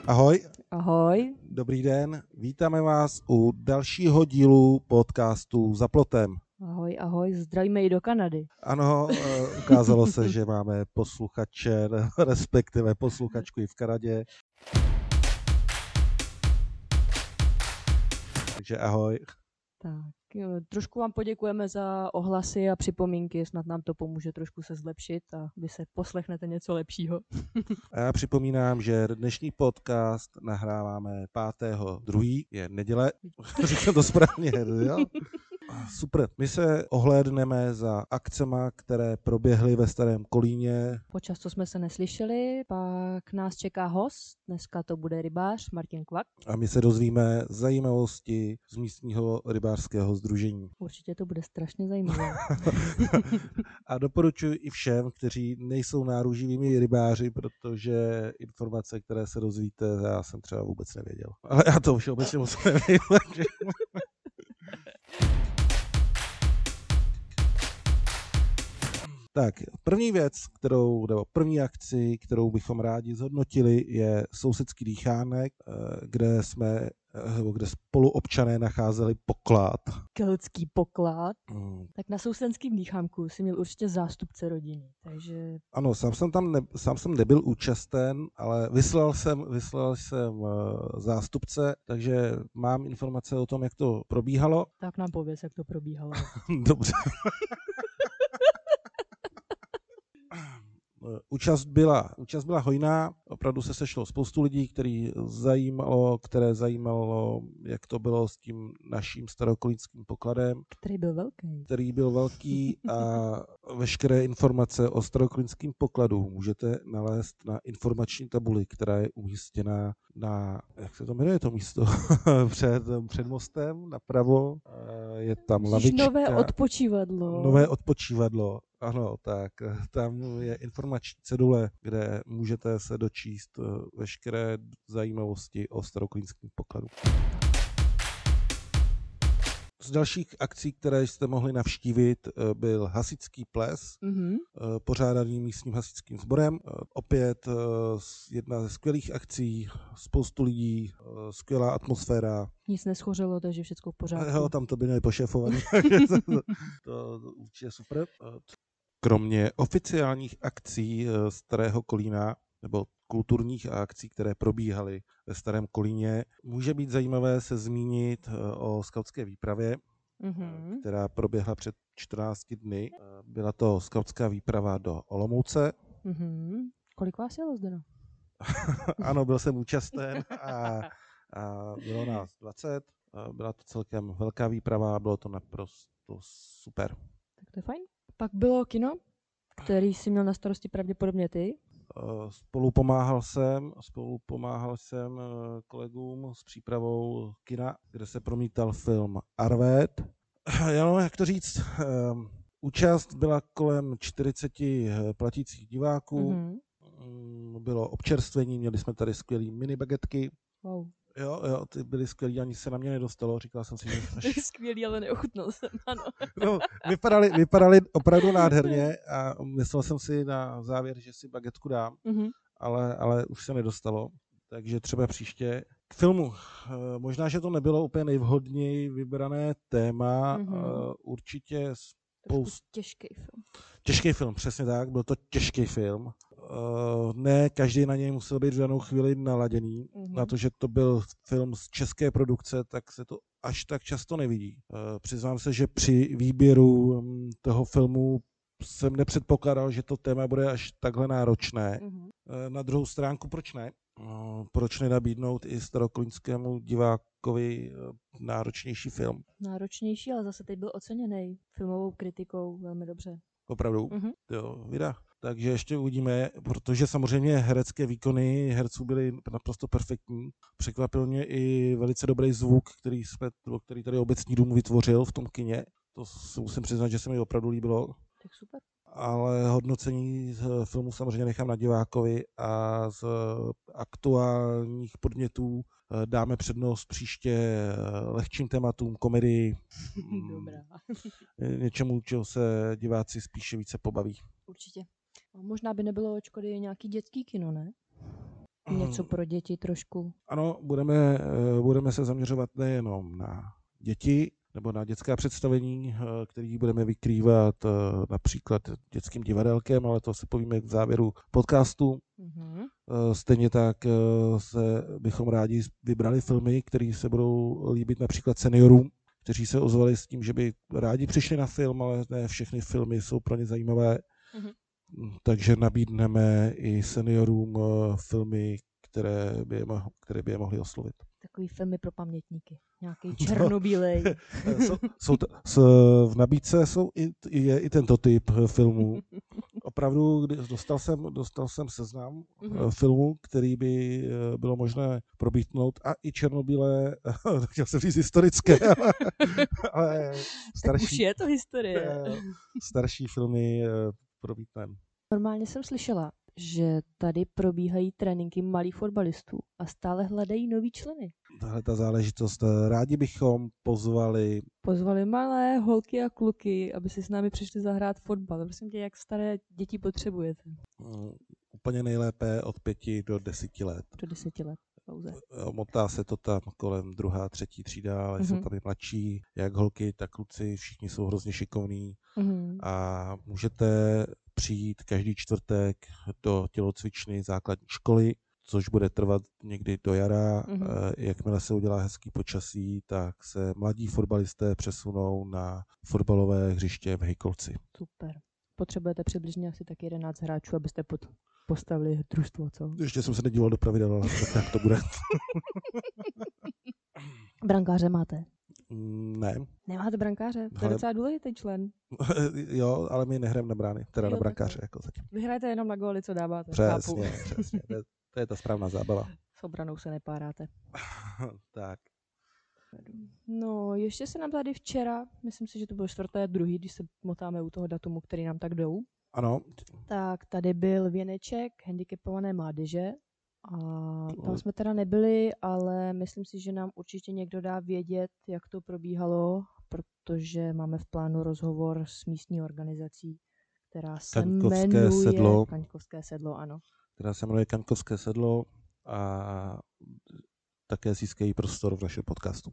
Ahoj. Ahoj. Dobrý den, vítáme vás u dalšího dílu podcastu Za plotem. Ahoj, ahoj, zdravíme i do Kanady. Ano, ukázalo se, že máme posluchače, respektive posluchačku i v Kanadě. Takže ahoj. Tak, trošku vám poděkujeme za ohlasy a připomínky, snad nám to pomůže trošku se zlepšit a vy se poslechnete něco lepšího. A já připomínám, že dnešní podcast nahráváme 5.2. je neděle. Říkám to správně, jo? Super. My se ohlédneme za akcema, které proběhly ve Starém Kolíně. Počas, co jsme se neslyšeli, pak nás čeká host. Dneska to bude rybář Martin Kvak. A my se dozvíme zajímavosti z místního rybářského sdružení. Určitě to bude strašně zajímavé. A doporučuji i všem, kteří nejsou náruživými rybáři, protože informace, které se dozvíte, já jsem třeba vůbec nevěděl. Ale já to všeobecně moc nevím. Tak, první věc, první akci, kterou bychom rádi zhodnotili, je sousedský dýchánek, kde spoluobčané nacházeli poklad. Keltský poklad. Tak na sousedským dýchánku si měl určitě zástupce rodiny, takže... Ano, sám jsem nebyl účasten, ale vyslal jsem zástupce, takže mám informace o tom, jak to probíhalo. Tak nám pověz, jak to probíhalo. Dobře. Účast byla hojná, opravdu se sešlo spoustu lidí, které zajímalo, jak to bylo s tím naším starokolínským pokladem. Který byl velký a veškeré informace o starokolínském pokladu můžete nalézt na informační tabuli, která je umístěna na, jak se to jmenuje to místo, před mostem napravo, je tam lavička. Nové odpočívadlo. Ano, tak tam je informační cedule, kde můžete se dočíst veškeré zajímavosti o starokolínském pokladu. Z dalších akcí, které jste mohli navštívit, byl hasičský ples, pořádaný místním hasičským sborem. Opět jedna ze skvělých akcí, spoustu lidí, skvělá atmosféra. Nic neschořelo, takže všechno v pořádku. Jo, tam to by měli pošefovaný. To určitě super. Kromě oficiálních akcí Starého Kolína, nebo kulturních akcí, které probíhaly ve Starém Kolíně, může být zajímavé se zmínit o skautské výpravě, která proběhla před 14 dny. Byla to skautská výprava do Olomouce. Kolik vás jelo, Zdeno? Ano, byl jsem účasten a bylo nás 20. Byla to celkem velká výprava, bylo to naprosto super. Tak to je fajn. Pak bylo kino, který jsi měl na starosti pravděpodobně ty. Spolupomáhal jsem kolegům s přípravou kina, kde se promítal film Arvéd. Jak to říct, účast byla kolem 40 platících diváků, bylo občerstvení, měli jsme tady skvělý mini bagetky. Wow. Jo, ty byly skvělý, ani se na mě nedostalo, říkal jsem si, že... Skvělý, ale neochutnal jsem, ano. No, vypadaly opravdu nádherně a myslel jsem si na závěr, že si bagetku dám, ale už se nedostalo, takže třeba příště. K filmu, možná, že to nebylo úplně nejvhodněji vybrané téma, určitě Těžký film. Těžký film, přesně tak, byl to těžký film. Ne každý na něj musel být v danou chvíli naladěný. Na to, že to byl film z české produkce, tak se to až tak často nevidí. Přiznám se, že při výběru toho filmu jsem nepředpokládal, že to téma bude až takhle náročné. Na druhou stránku, proč ne? Proč nenabídnout i starokolínskému divákovi náročnější film? Náročnější, ale zase teď byl oceněný filmovou kritikou velmi dobře. Opravdu? Jo, vida. Takže ještě uvidíme, protože samozřejmě herecké výkony herců byly naprosto perfektní. Překvapil mě i velice dobrý zvuk, který tady Obecní dům vytvořil v tom kině. To se musím přiznat, že se mi opravdu líbilo. Tak super. Ale hodnocení z filmu samozřejmě nechám na divákovi a z aktuálních podnětů dáme přednost příště lehčím tématům, komedii, něčemu, čeho se diváci spíše více pobaví. Určitě. A možná by nebylo škody nějaký dětský kino, ne? něco pro děti trošku. Ano, budeme se zaměřovat nejenom na děti, nebo na dětská představení, který budeme vykrývat například dětským divadelkem, ale to si povíme k závěru podcastu. Mm-hmm. Stejně tak bychom rádi vybrali filmy, které se budou líbit například seniorům, kteří se ozvali s tím, že by rádi přišli na film, ale ne všechny filmy jsou pro ně zajímavé. Mm-hmm. Takže nabídneme i seniorům filmy, které by je mohly oslovit. Takový filmy pro pamětníky. Nějaký černobílej. V nabídce je i tento typ filmů. Opravdu dostal jsem seznam filmů, který by bylo možné probítnout, a i černobílé, chtěl jsem říct historické, ale starší. Tak už je to historie. Starší filmy probítneme. Normálně jsem slyšela, že tady probíhají tréninky malých fotbalistů a stále hledají nový členy. Tahle ta záležitost. Rádi bychom pozvali malé holky a kluky, aby si s námi přišli zahrát fotbal. Prosím tě, jak staré děti potřebujete? Úplně nejlépe od 5 do 10 let. Do 10 let. Pouze. Motá se to tam kolem 2., 3. třída, ale jsou tady mladší, jak holky, tak kluci, všichni jsou hrozně šikovní a můžete přijít každý čtvrtek do tělocvičny základní školy, což bude trvat někdy do jara. Jakmile se udělá hezký počasí, tak se mladí fotbalisté přesunou na fotbalové hřiště v Hejkolci. Super. Potřebujete přibližně asi tak 11 hráčů, abyste postavili družstvo, co? Ještě jsem se nedíval do pravidel, ale tak to bude. Brankáře máte? Ne. Nemáte brankáře? To je docela důležitý člen. Jo, ale my nehrajeme na brány, teda na brankáře. Jako zatím. Vy hrajete jenom na góly, co dáváte. Přesně. To je ta správná zábava. S obranou se nepáráte. Tak. No, ještě se nám tady včera, myslím si, že to bylo 4.2., když se motáme u toho datumu, který nám tak jdou. Ano. Tak tady byl věneček handicapované mládeže a tam jsme teda nebyli, ale myslím si, že nám určitě někdo dá vědět, jak to probíhalo, protože máme v plánu rozhovor s místní organizací, která se jmenuje Kaňkovské sedlo, ano. Která se jmenuje Kaňkovské sedlo a také získají prostor v našem podcastu.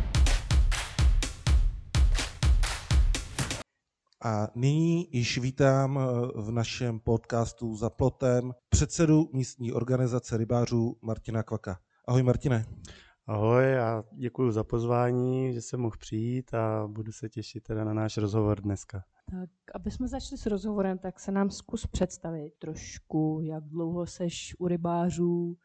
A nyní již vítám v našem podcastu za plotem předsedu místní organizace rybářů Martina Kvaka. Ahoj Martine. Ahoj a děkuji za pozvání, že jsem mohl přijít a budu se těšit teda na náš rozhovor dneska. Tak, aby jsme začali s rozhovorem, tak se nám zkus představit trošku, jak dlouho seš u rybářů.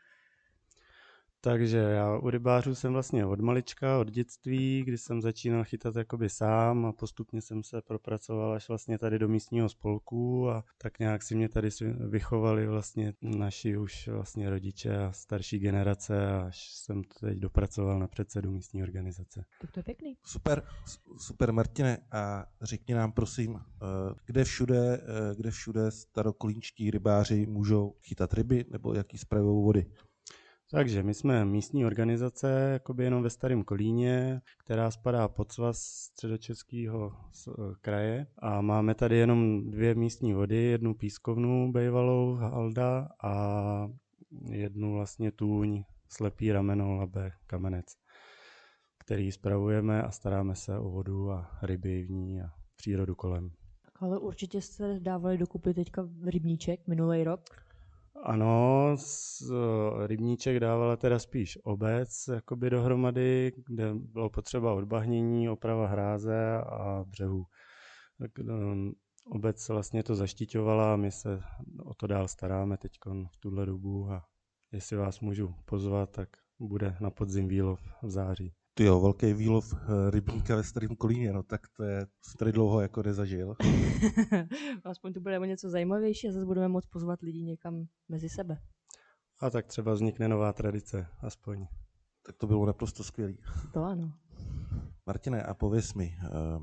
Takže já u rybářů jsem vlastně od malička, od dětství, kdy jsem začínal chytat jakoby sám a postupně jsem se propracoval až vlastně tady do místního spolku a tak nějak si mě tady vychovali vlastně naši už vlastně rodiče a starší generace, až jsem teď dopracoval na předsedu místní organizace. Tak to je pěkný. Super Martine, a řekni nám prosím, kde všude starokolínští rybáři můžou chytat ryby nebo jaký spravují vody? Takže my jsme místní organizace jakoby jenom ve Starém Kolíně, která spadá pod svaz Středočeského kraje a máme tady jenom 2 místní vody, jednu pískovnu bývalou Halda a jednu vlastně tůň Slepý rameno Labe Kamenec, který spravujeme a staráme se o vodu a ryby v ní a přírodu kolem. Ale určitě jste dávali dokupy teďka rybníček minulý rok. Ano, rybníček dávala teda spíš obec jakoby dohromady, kde bylo potřeba odbahnění, oprava hráze a břehů. Tak obec vlastně to zaštiťovala a my se o to dál staráme teď v tuhle dobu a jestli vás můžu pozvat, tak bude na podzim výlov v září. Ty jo, velký výlov rybníka ve Starém Kolíně, no tak to je, jsem tady dlouho jako nezažil. Aspoň to bude o něco zajímavější a zase budeme moct pozvat lidi někam mezi sebe. A tak třeba vznikne nová tradice, aspoň. Tak to bylo naprosto skvělý. To ano. Martine, a pověz mi,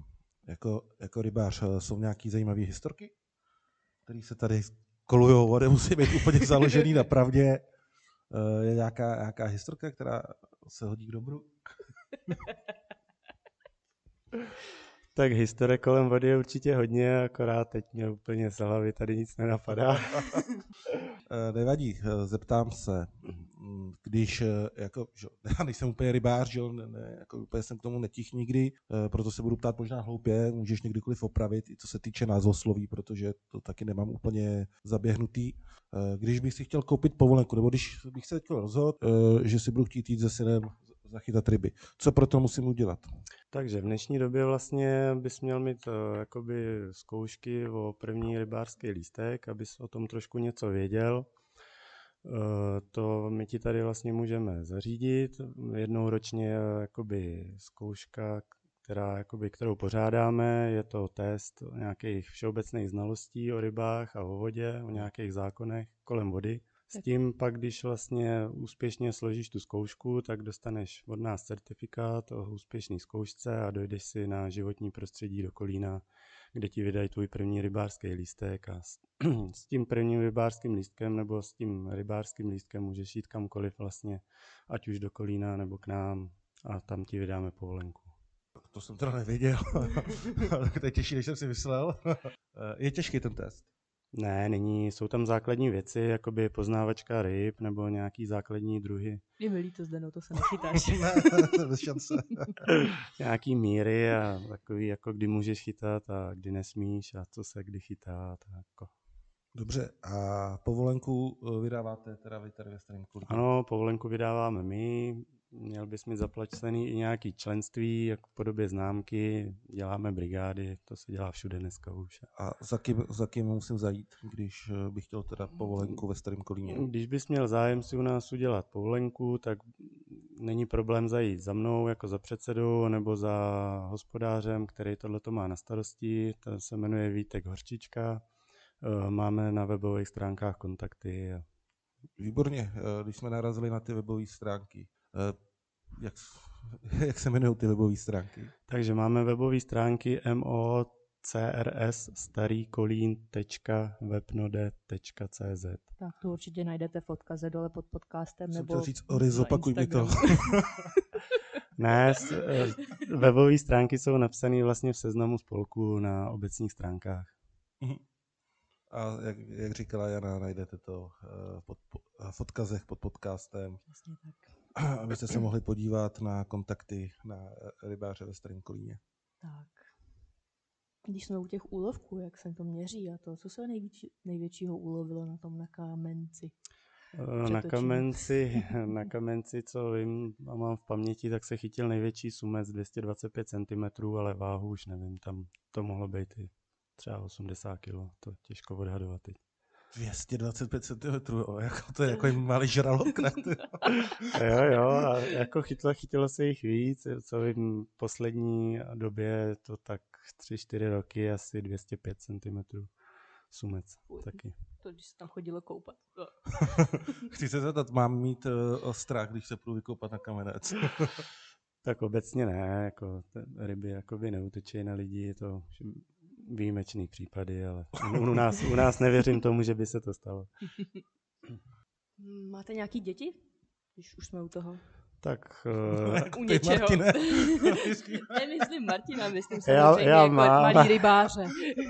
jako rybář jsou nějaký zajímavé historky, které se tady kolujou, a nemusí být úplně založený na pravdě. Je nějaká historka, která se hodí k dobru? Tak historie kolem vody je určitě hodně, akorát teď mě úplně z hlavy tady nic nenapadá. Nevadí, zeptám se. když, jako, že, já nejsem úplně rybář, že, ne, jako, úplně jsem k tomu netich nikdy, proto se budu ptát možná hloupě, můžeš někdykoliv opravit, i co se týče názvosloví, protože to taky nemám úplně zaběhnutý. Když bych si chtěl koupit povolenku, nebo když bych se chtěl rozhodl, že si budu chtít jít se synem zachytat ryby, co pro to musím udělat? Takže v dnešní době vlastně bys měl mít jakoby zkoušky o první rybářský lístek, abys o tom trošku něco věděl. To my ti tady vlastně můžeme zařídit. Jednou ročně je jakoby zkouška, kterou pořádáme. Je to test nějakých všeobecných znalostí o rybách a o vodě, o nějakých zákonech kolem vody. S tím pak, když vlastně úspěšně složíš tu zkoušku, tak dostaneš od nás certifikát o úspěšné zkoušce a dojdeš si na životní prostředí do Kolína, kde ti vydají tvůj první rybářský lístek a s tím prvním rybářským lístkem nebo s tím rybářským lístkem můžeš jít kamkoliv vlastně, ať už do Kolína nebo k nám a tam ti vydáme povolenku. To jsem teda nevěděl, to je těžší, než jsem si myslel. Je těžký ten test? Ne, není. Jsou tam základní věci, jakoby poznávačka ryb nebo nějaký základní druhy. Je mi líto, Zdeno, to se nechytáš. Ne, bez šance. Nějaký míry a takový, jako kdy můžeš chytat a kdy nesmíš a co se kdy chytá. Tak. Dobře, a povolenku vydáváte teda vy tady ve Starém Kolíně? Ano, povolenku vydáváme my. Měl bys mít zaplacený i nějaký členství, jako v podobě známky, děláme brigády, to se dělá všude dneska už. A za kým musím zajít, když bych chtěl teda povolenku ve Starém Kolíně? Když bys měl zájem si u nás udělat povolenku, tak není problém zajít za mnou jako za předsedou nebo za hospodářem, který tohleto má na starosti, to se jmenuje Vítek Horčička. Máme na webových stránkách kontakty. Výborně, když jsme narazili na ty webové stránky. Jak se jmenují ty webové stránky? Takže máme webové stránky mocrkolín.webnode.cz. Tak to určitě najdete v odkaze dole pod podcastem. Jsem nebo chtěl říct, Ori, zopakuj mi to. Ne, webové stránky jsou napsané vlastně v seznamu spolku na obecních stránkách. A jak říkala Jana, najdete to v odkazech pod podcastem. Vlastně tak. Abyste se mohli podívat na kontakty na rybáře ve Starém Kolíně. Tak. Když jsme u těch úlovků, jak se to měří a to, co se největšího ulovilo na tom na Kamenci? Na Kamenci, co vím a mám v paměti, tak se chytil největší sumec 225 cm, ale váhu už nevím, tam to mohlo být i třeba 80 kg, to těžko odhadovat teď. 225 cm, jako to je jako malý žralok, ne? Jo, a jako chytilo se jich víc, co vím, v poslední době to tak 3-4 roky, asi 205 cm sumec taky. To, když se tam chodilo koupat. Chci se zeptat, mám mít strach, když se půjdu vykoupat na Kamenec? Tak obecně ne, jako ryby jakoby neutečejí na lidi, je to výjimečný případy, ale u nás nevěřím tomu, že by se to stalo. Máte nějaký děti? Když už jsme u toho. Tak u něčeho. Nemyslím Martina, myslím samozřejmě jako malý rybáře.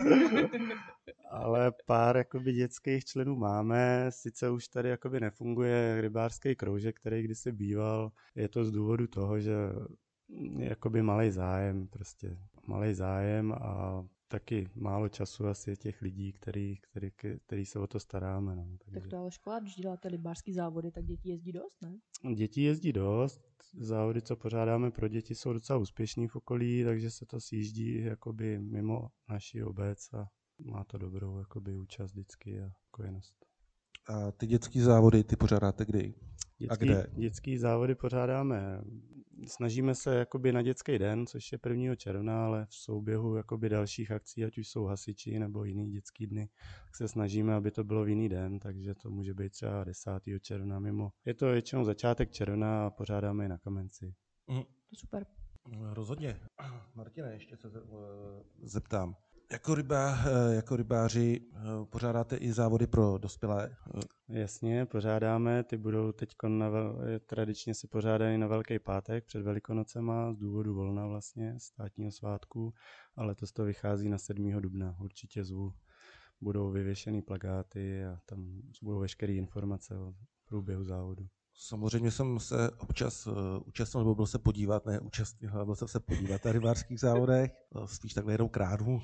Ale pár jakoby dětských členů máme, sice už tady jakoby nefunguje rybářský kroužek, který kdysi býval, je to z důvodu toho, že je jakoby malej zájem a taky málo času asi těch lidí, který se o to staráme. No. Tak to ale škoda, když děláte rybářský závody, tak děti jezdí dost, ne? Děti jezdí dost, závody, co pořádáme pro děti, jsou docela úspěšný v okolí, takže se to sjíždí jakoby mimo naši obec a má to dobrou jakoby účast vždycky a kojenost. A ty dětský závody, ty pořádáte kdy? A kde? Dětský závody pořádáme. Snažíme se jakoby na dětský den, což je 1. června, ale v souběhu jakoby dalších akcí, ať už jsou hasiči nebo jiný dětský dny, tak se snažíme, aby to bylo v jiný den, takže to může být třeba 10. června mimo. Je to většinou začátek června a pořádáme je na Kamenci. To super. Rozhodně. Martine, ještě se zeptám. Jako rybáři pořádáte i závody pro dospělé? Jasně, pořádáme. Ty budou teď tradičně se pořádají na Velký pátek před Velikonocema z důvodu volna vlastně, státního svátku, ale letos to vychází na 7. dubna. Určitě zvu. Budou vyvěšený plakáty a tam budou veškeré informace o průběhu závodu. Samozřejmě jsem se občas účastnil, nebo byl se podívat, ne účastnil, ale byl jsem se podívat na rybářských závodech, spíš takhle jenom kránu,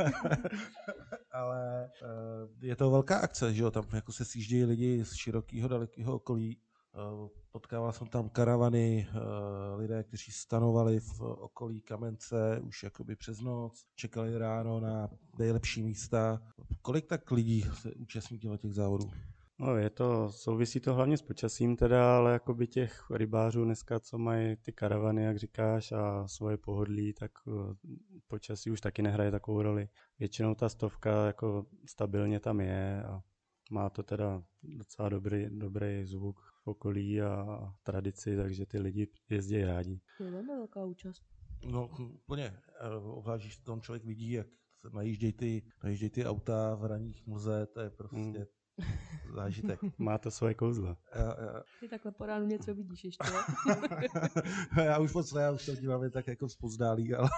ale je to velká akce, že jo, tam jako se sjíždějí lidi z širokého, dalekého okolí. Potkával jsem tam karavany, lidé, kteří stanovali v okolí Kamence už jakoby přes noc, čekali ráno na nejlepší místa. Kolik tak lidí se účastní těch závodů? No, souvisí to hlavně s počasím teda, ale jakoby těch rybářů dneska, co mají ty karavany, jak říkáš, a svoje pohodlí, tak počasí už taky nehraje takovou roli. Většinou ta 100 jako stabilně tam je a má to teda docela dobrý zvuk v okolí a tradici, takže ty lidi jezdí rádi. Je velmi velká účast. No úplně, obzvlášť, když tam člověk vidí, jak se najíždějí ty auta v ranních mlze, to je prostě zážitek. Má to svoje kouzlo. Ty takhle po ránu něco vidíš ještě. Já už moc ne, já už to dívám tak jako zpozdálí, ale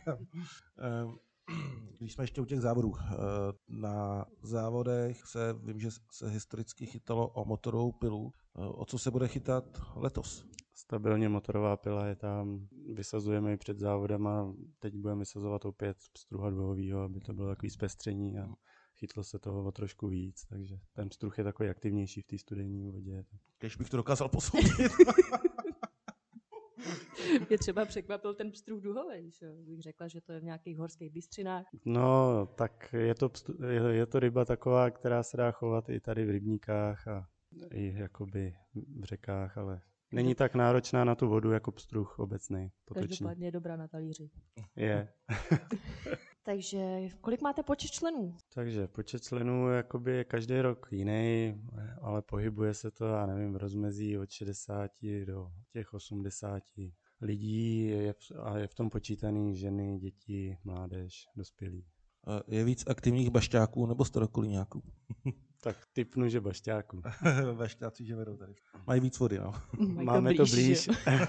když jsme ještě u těch závodů. Na závodech vím, že se historicky chytalo o motorovou pilu. O co se bude chytat letos? Stabilně motorová pila je tam, vysazujeme ji před závodama, teď budeme vysazovat opět pstruha dvohovýho, aby to bylo takový zpestření a chytlo se toho o trošku víc, takže ten pstruh je takový aktivnější v té studijní vodě. Kež bych to dokázal posoudit. Mě třeba překvapil ten pstruh duhovej, že bych řekla, že to je v nějakých horských bystřinách. No, tak je to ryba taková, která se dá chovat i tady v rybníkách a i jakoby v řekách, ale není tak náročná na tu vodu jako pstruh obecný. Každopádně je dobrá na talíři. Je. Takže kolik máte počet členů? Takže počet členů jakoby je každý rok jiný, ale pohybuje se to, já nevím, v rozmezí od 60 do těch 80 lidí a je v tom počítaný ženy, děti, mládež, dospělí. Je víc aktivních bašťáků nebo starokolíňáků? Tak tipnu, že bašťáků. Bašťáci, že vedou tady. Mají víc vody, no. Máme to blíž.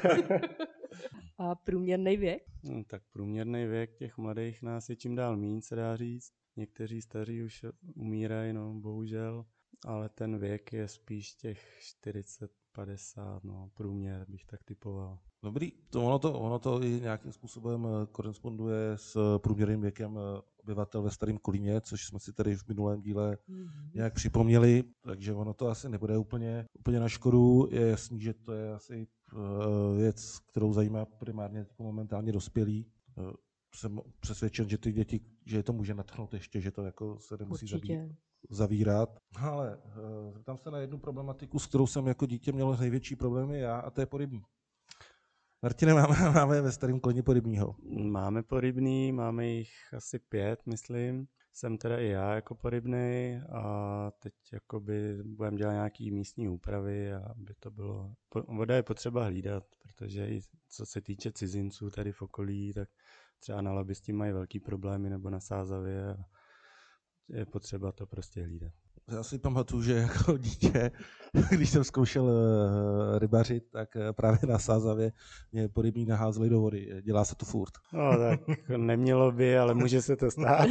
A průměrný věk? Tak průměrný věk těch mladých nás je čím dál míň, se dá říct. Někteří staří už umírají, no, bohužel, ale ten věk je spíš těch 40-50, no, průměr bych tak typoval. Dobrý, ono to i nějakým způsobem koresponduje s průměrným věkem obyvatel ve Starém Kolíně, což jsme si tady v minulém díle nějak připomněli, takže ono to asi nebude úplně na škodu. Je jasný, že to je asi věc, kterou zajímá primárně momentálně dospělí. Jsem přesvědčen, že ty děti, že je to může natchnout ještě, že to jako se nemusí zavírat. Ale tam se na jednu problematiku, s kterou jsem jako dítě měl největší problémy já, a to je porybní. Martine, máme ve Starém Kolíně porybního. Máme porybný, máme jich asi 5, myslím. Jsem teda i já jako porybnej a teď jakoby budeme dělat nějaký místní úpravy, aby to bylo... Voda je potřeba hlídat, protože i co se týče cizinců tady v okolí, tak třeba na Labi s tím mají velký problémy nebo na Sázavě a je potřeba to prostě hlídat. Já si pamatuju, že jako dítě, když jsem zkoušel rybařit, tak právě na Sázavě mě porybní naházeli do vody. Dělá se to furt. No tak nemělo by, ale může se to stát.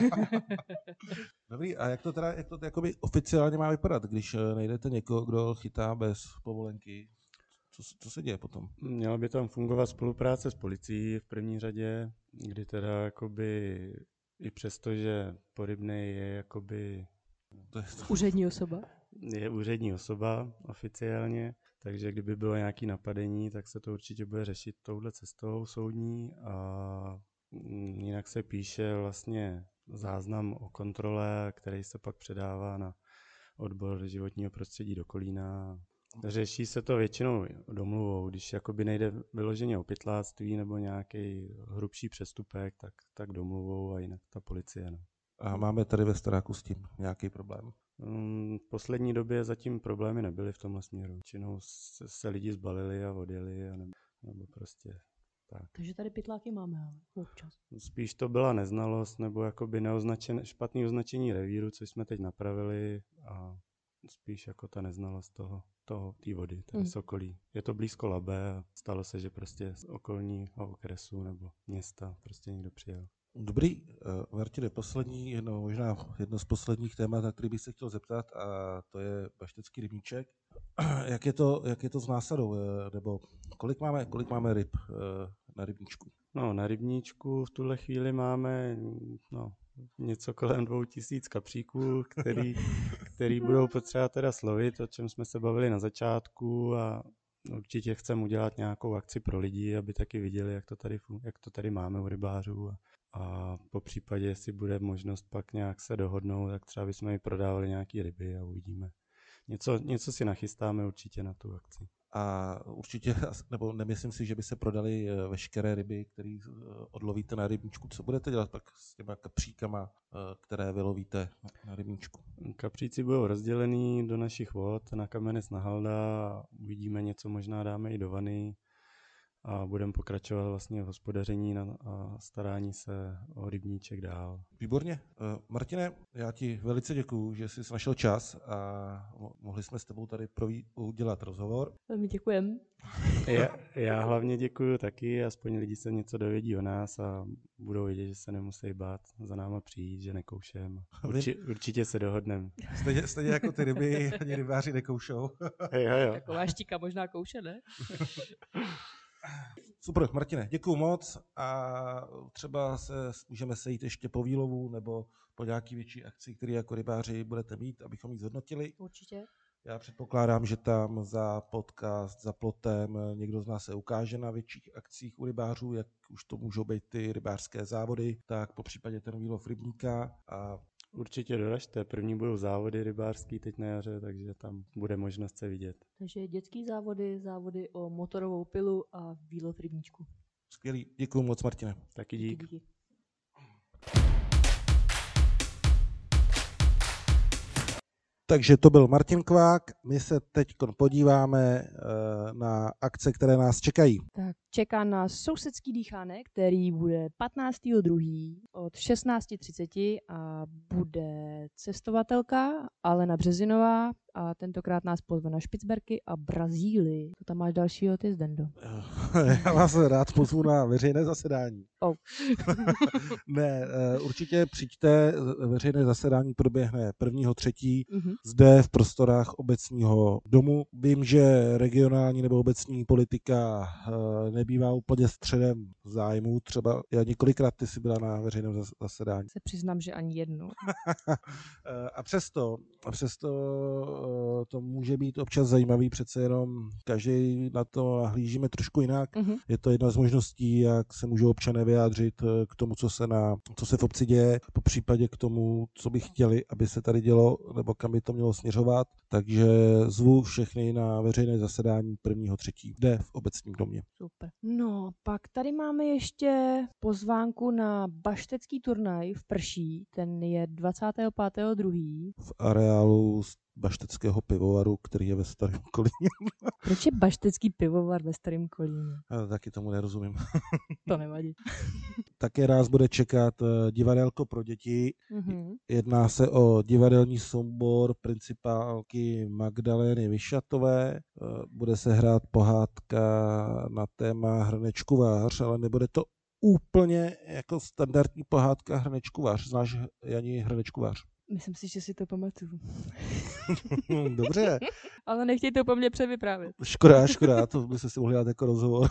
Dobrý, a jak to jakoby oficiálně má vypadat, když najdete někoho, kdo chytá bez povolenky? Co se děje potom? Měla by tam fungovat spolupráce s policií v první řadě, kdy teda jakoby i přesto, že porybnej je jakoby... Úřední osoba? Je úřední osoba oficiálně, takže kdyby bylo nějaké napadení, tak se to určitě bude řešit touhle cestou soudní a jinak se píše vlastně záznam o kontrole, který se pak předává na odbor životního prostředí do Kolína. Řeší se to většinou domluvou, když jakoby nejde vyloženě o pytláctví nebo nějaký hrubší přestupek, tak domluvou a jinak ta policie. No. A máme tady ve Staráku s tím nějaký problém? V poslední době zatím problémy nebyly v tomhle směru. Většinou se lidi zbalili a odjeli, nebo prostě tak. Takže tady pytláky máme, ale občas. Spíš to byla neznalost nebo jakoby špatné označení revíru, což jsme teď napravili a spíš jako ta neznalost té vody, té okolí. Je to blízko Labe a stalo se, že prostě z okolního okresu nebo města prostě někdo přijel. Dobrý, Martine, možná jedno z posledních témat, na který bych se chtěl zeptat, a to je baštecký rybníček. Jak je to s násadou? Nebo kolik máme ryb na rybníčku? No, na rybníčku v tuhle chvíli máme něco kolem 2000 kapříků, který budou potřeba teda slovit, o čem jsme se bavili na začátku, a určitě chceme udělat nějakou akci pro lidi, aby taky viděli, jak to tady máme u rybářů. A po případě, jestli bude možnost pak nějak se dohodnout, tak třeba bychom i prodávali nějaký ryby a uvidíme. Něco si nachystáme určitě na tu akci. A určitě, nebo nemyslím si, že by se prodaly veškeré ryby, které odlovíte na rybníčku. Co budete dělat pak s těma kapříkama, které vylovíte na rybníčku? Kapříci budou rozdělený do našich vod na Kamenec na Halda, uvidíme něco, možná dáme i do vany a budeme pokračovat vlastně v hospodaření a starání se o rybníček dál. Výborně. Martine, já ti velice děkuju, že jsi našel čas a mohli jsme s tebou tady udělat rozhovor. Velmi děkujem. Já hlavně děkuju taky, aspoň lidi se něco dovědí o nás a budou vědět, že se nemusí bát za náma přijít, že nekoušem. Určitě se dohodneme. Stejně jako ty ryby, ani rybáři nekoušou. Jo. Taková štíka možná kouše, ne? Super, Martine, děkuju moc a třeba se můžeme sejít ještě po výlovu nebo po nějaký větší akci, který jako rybáři budete mít, abychom ji zhodnotili. Určitě. Já předpokládám, že tam za podcast, za plotem někdo z nás se ukáže na větších akcích u rybářů, jak už to můžou být ty rybářské závody, tak po případě ten výlov rybníka. A určitě doražte, první budou závody rybářský teď na jaře, takže tam bude možnost se vidět. Takže dětský závody o motorovou pilu a výlov rybníčku. Skvělý, děkuju moc, Martine. Taky dík. Díky. Takže to byl Martin Kvák. My se teď podíváme na akce, které nás čekají. Tak čeká nás sousedský dýchánek, který bude 15.2. od 16:30 a bude cestovatelka Alena Březinová a tentokrát nás pozve na Špicberky a Brazílii. To tam máš dalšího ty, Zdendo? Já vás rád pozvu na veřejné zasedání. Oh. Ne, určitě přijďte, veřejné zasedání proběhne 1.3. Zde v prostorách obecního domu. Vím, že regionální nebo obecní politika nebývá úplně středem zájmu. Třeba já několikrát ty jsi byla na veřejném zasedání. Se přiznám, že ani jednou. A přesto to může být občas zajímavý, přece jenom každý na to nahlížíme trošku jinak. Je to jedna z možností, jak se můžou občané vyjádřit k tomu, co se v obci děje, po případě k tomu, co by chtěli, aby se tady dělo, nebo kam by to mělo směřovat. Takže zvu všechny na veřejné zasedání 1.3. Jde v obecním domě. Super. No, pak tady máme ještě pozvánku na baštecký turnaj v Prší. Ten je 25.2. v areálu bašteckého pivovaru, který je ve Starém Kolíně. Proč je baštecký pivovar ve Starém Kolíně? Já taky tomu nerozumím. To nevadí. Také nás bude čekat divadelko pro děti. Jedná se o divadelní soubor principálky Magdalény Vyšatové. Bude se hrát pohádka na téma Hrnečkuvář, ale nebude to úplně jako standardní pohádka Hrnečkuvář. Znáš, Jani, Hrnečkuvář? Myslím si, že si to pamatuju. Dobře. Ale nechtěj to po mně převyprávět. Škoda, to by se si mohli dát jako rozhovor.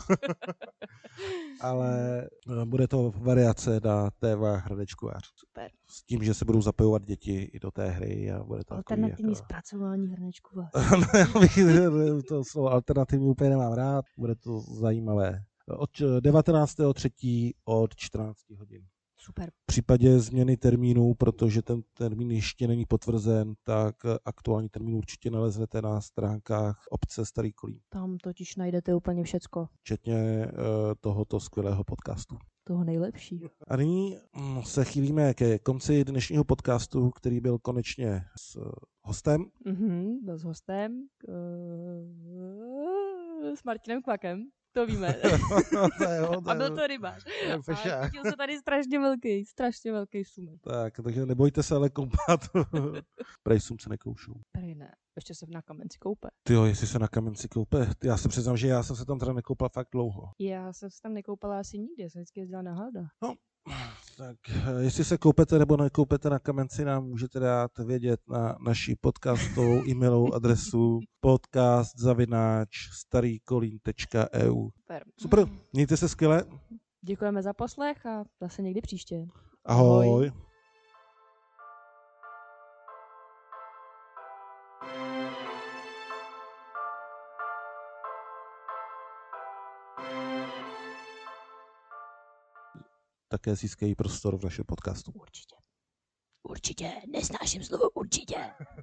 Ale bude to variace na téma Hrnečkuvář. Super. S tím, že se budou zapojovat děti i do té hry. A bude to alternativní jako zpracování Hrnečkuvář. To slovo alternativní úplně nemám rád. Bude to zajímavé. Od 19.3. od 14 hodin. Super. V případě změny termínu, protože ten termín ještě není potvrzen, tak aktuální termín určitě naleznete na stránkách obce Starý Kolín. Tam totiž najdete úplně všecko. Včetně tohoto skvělého podcastu. Toho nejlepšího. A nyní se chýlíme ke konci dnešního podcastu, který byl konečně s hostem. Byl s hostem. S Martinem Kvakem. To víme. A byl to rybář. A cítil se tady strašně velký sumek. Tak, takže nebojte se ale koupat. Prej sum se nekoušou. Prej ne. Ještě se na Kamenci koupe. Tyjo, jestli se na Kamenci koupe. Já se přiznám, že já jsem se tam teda nekoupal fakt dlouho. Já jsem se tam nekoupala asi nikdy, já jsem vždycky jezdila na Halda. No, Tak jestli se koupete nebo nekoupete na Kamenci, nám můžete dát vědět na naší podcastovou e-mailovou adresu podcast@starýkolín.eu. Super, mějte se skvěle. Děkujeme za poslech a zase někdy příště. Ahoj. Také získají prostor v našem podcastu. Určitě. Určitě. Nesnáším slovo určitě.